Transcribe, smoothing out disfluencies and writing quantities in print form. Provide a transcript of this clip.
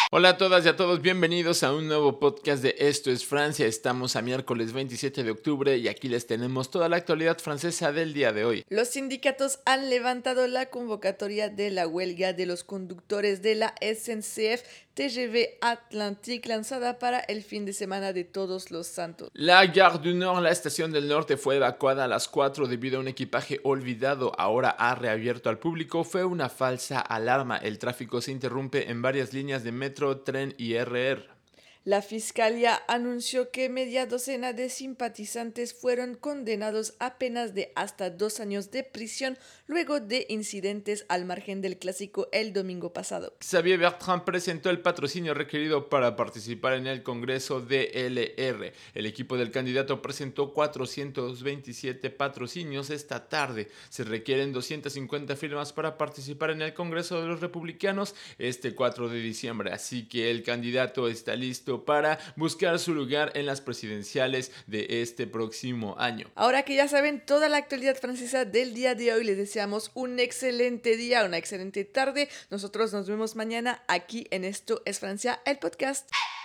Hola a todas y a todos, bienvenidos a un nuevo podcast de Esto es Francia. Estamos a miércoles 27 de octubre y aquí les tenemos toda la actualidad francesa del día de hoy. Los sindicatos han levantado la convocatoria de la huelga de los conductores de la SNCF TGV Atlantique lanzada para el fin de semana de Todos los Santos. La Gare du Nord, la estación del norte, fue evacuada a las 4 debido a un equipaje olvidado. Ahora ha reabierto al público. Fue una falsa alarma. El tráfico se interrumpe en varias líneas de metro, tren y RR. La fiscalía anunció que media docena de simpatizantes fueron condenados a penas de hasta 2 años de prisión luego de incidentes al margen del clásico el domingo pasado. Xavier Bertrand presentó el patrocinio requerido para participar en el Congreso DLR. El equipo del candidato presentó 427 patrocinios esta tarde. Se requieren 250 firmas para participar en el Congreso de los Republicanos este 4 de diciembre, así que el candidato está listo para buscar su lugar en las presidenciales de este próximo año. Ahora que ya saben toda la actualidad francesa del día de hoy, les deseamos un excelente día, una excelente tarde. Nosotros nos vemos mañana aquí en Esto es Francia, el podcast.